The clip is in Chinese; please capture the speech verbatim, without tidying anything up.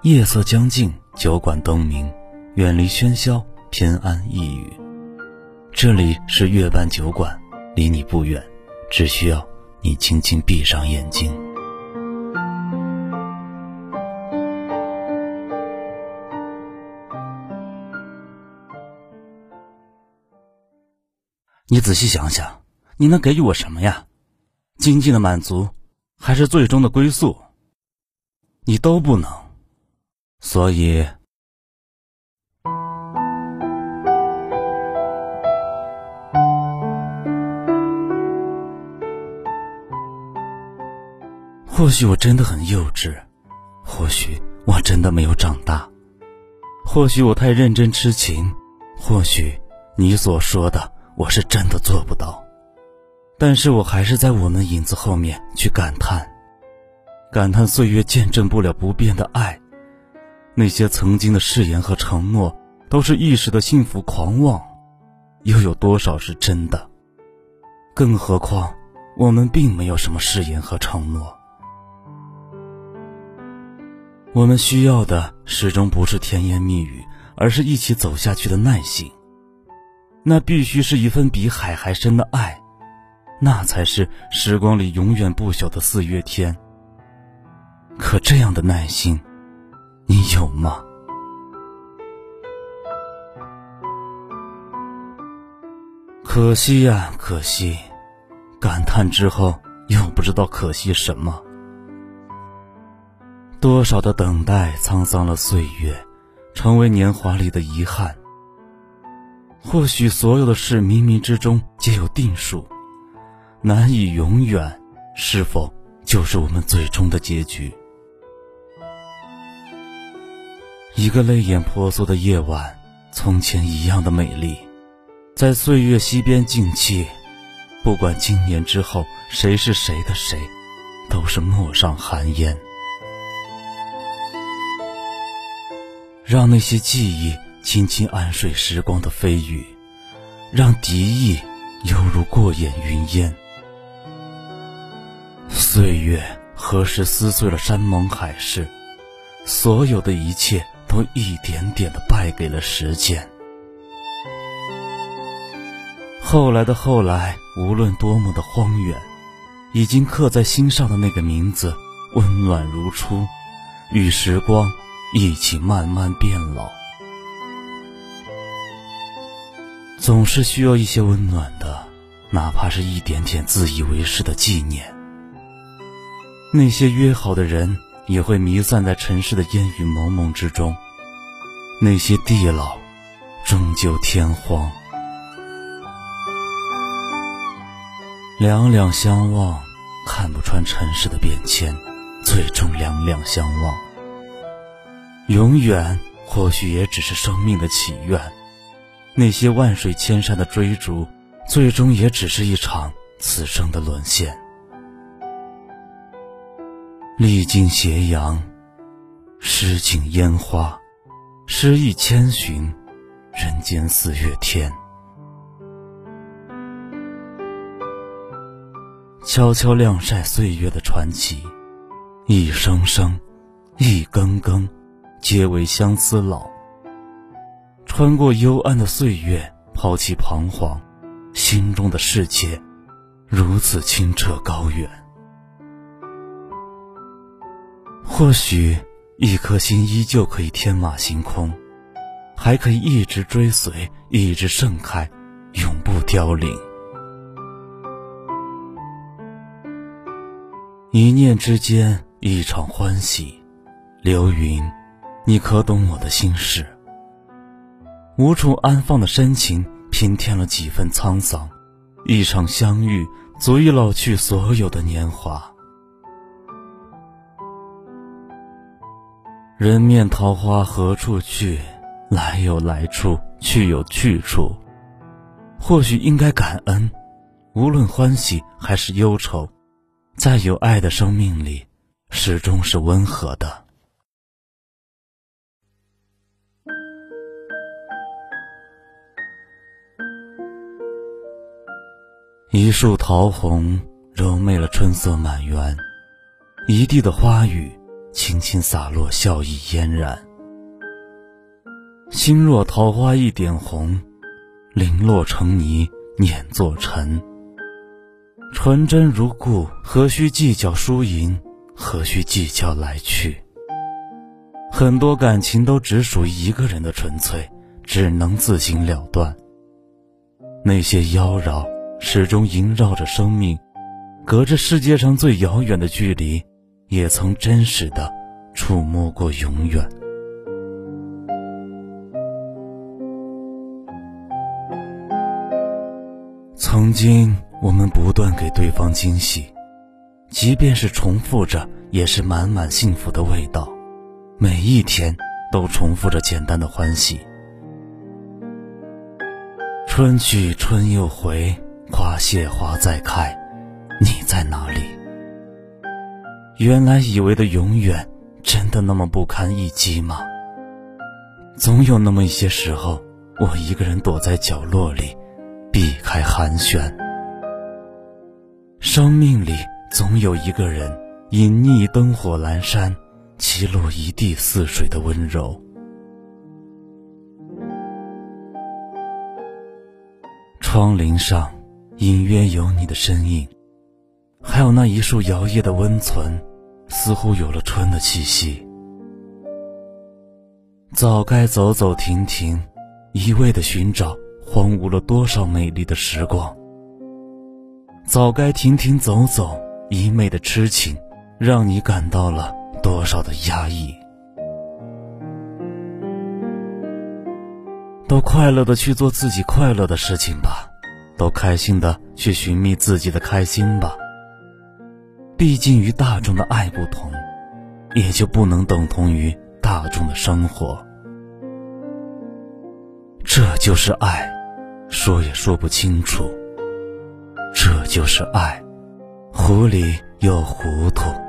夜色将尽，酒馆灯明，远离喧嚣，偏安一隅。这里是月半酒馆，离你不远，只需要你轻轻闭上眼睛。你仔细想想，你能给予我什么呀？经济的满足，还是最终的归宿？你都不能。所以或许我真的很幼稚，或许我真的没有长大，或许我太认真痴情，或许你所说的我是真的做不到。但是我还是在我们影子后面去感叹，感叹岁月见证不了不变的爱。那些曾经的誓言和承诺都是一时的幸福狂妄，又有多少是真的？更何况我们并没有什么誓言和承诺。我们需要的始终不是甜言蜜语，而是一起走下去的耐心。那必须是一份比海还深的爱，那才是时光里永远不朽的四月天。可这样的耐心你有吗？可惜呀，可惜，感叹之后又不知道可惜什么。多少的等待沧桑了岁月，成为年华里的遗憾。或许所有的事冥冥之中皆有定数，难以永远，是否就是我们最终的结局？一个泪眼婆娑的夜晚，从前一样的美丽，在岁月溪边静憩。不管今年之后谁是谁的谁，都是陌上寒烟。让那些记忆轻轻安睡时光的飞羽，让敌意犹如过眼云烟。岁月何时撕碎了山盟海誓，所有的一切都一点点地败给了时间。后来的后来，无论多么的荒远，已经刻在心上的那个名字，温暖如初，与时光一起慢慢变老。总是需要一些温暖的，哪怕是一点点自以为是的纪念。那些约好的人也会弥散在尘世的烟雨蒙蒙之中，那些地老终究天荒。两两相望，看不穿尘世的变迁，最终两两相望。永远或许也只是生命的祈愿，那些万水千山的追逐，最终也只是一场此生的沦陷。历经斜阳，诗尽烟花，诗意千寻，人间四月天。悄悄晾晒岁月的传奇，一声声，一更更，皆为相思老。穿过幽暗的岁月，抛弃彷徨，心中的世界如此清澈高远。或许一颗心依旧可以天马行空，还可以一直追随，一直盛开，永不凋零。一念之间，一场欢喜。流云，你可懂我的心事？无处安放的深情，拼添了几分沧桑。一场相遇，足以老去所有的年华。人面桃花何处去？来有来处，去有去处。或许应该感恩，无论欢喜还是忧愁，在有爱的生命里，始终是温和的。一树桃红，柔媚了春色满园；一地的花雨， 轻轻洒落，笑意嫣然。心若桃花一点红，零落成泥碾作尘。纯真如故，何须计较输赢，何须计较来去。很多感情都只属于一个人的纯粹，只能自行了断。那些妖娆始终萦绕着生命，隔着世界上最遥远的距离，也曾真实的触摸过永远。曾经我们不断给对方惊喜，即便是重复着，也是满满幸福的味道，每一天都重复着简单的欢喜。春去春又回，花谢花再开，你在哪里？原来以为的永远，真的那么不堪一击吗？总有那么一些时候，我一个人躲在角落里，避开寒暄。生命里总有一个人，隐匿灯火阑珊，其落一地似水的温柔。窗棂上隐约有你的身影，还有那一束摇曳的温存，似乎有了春的气息。早该走走停停，一味的寻找，荒芜了多少美丽的时光。早该停停走走，一昧的痴情，让你感到了多少的压抑。都快乐的去做自己快乐的事情吧，都开心的去寻觅自己的开心吧。毕竟与大众的爱不同，也就不能等同于大众的生活。这就是爱，说也说不清楚。这就是爱，糊里又糊涂。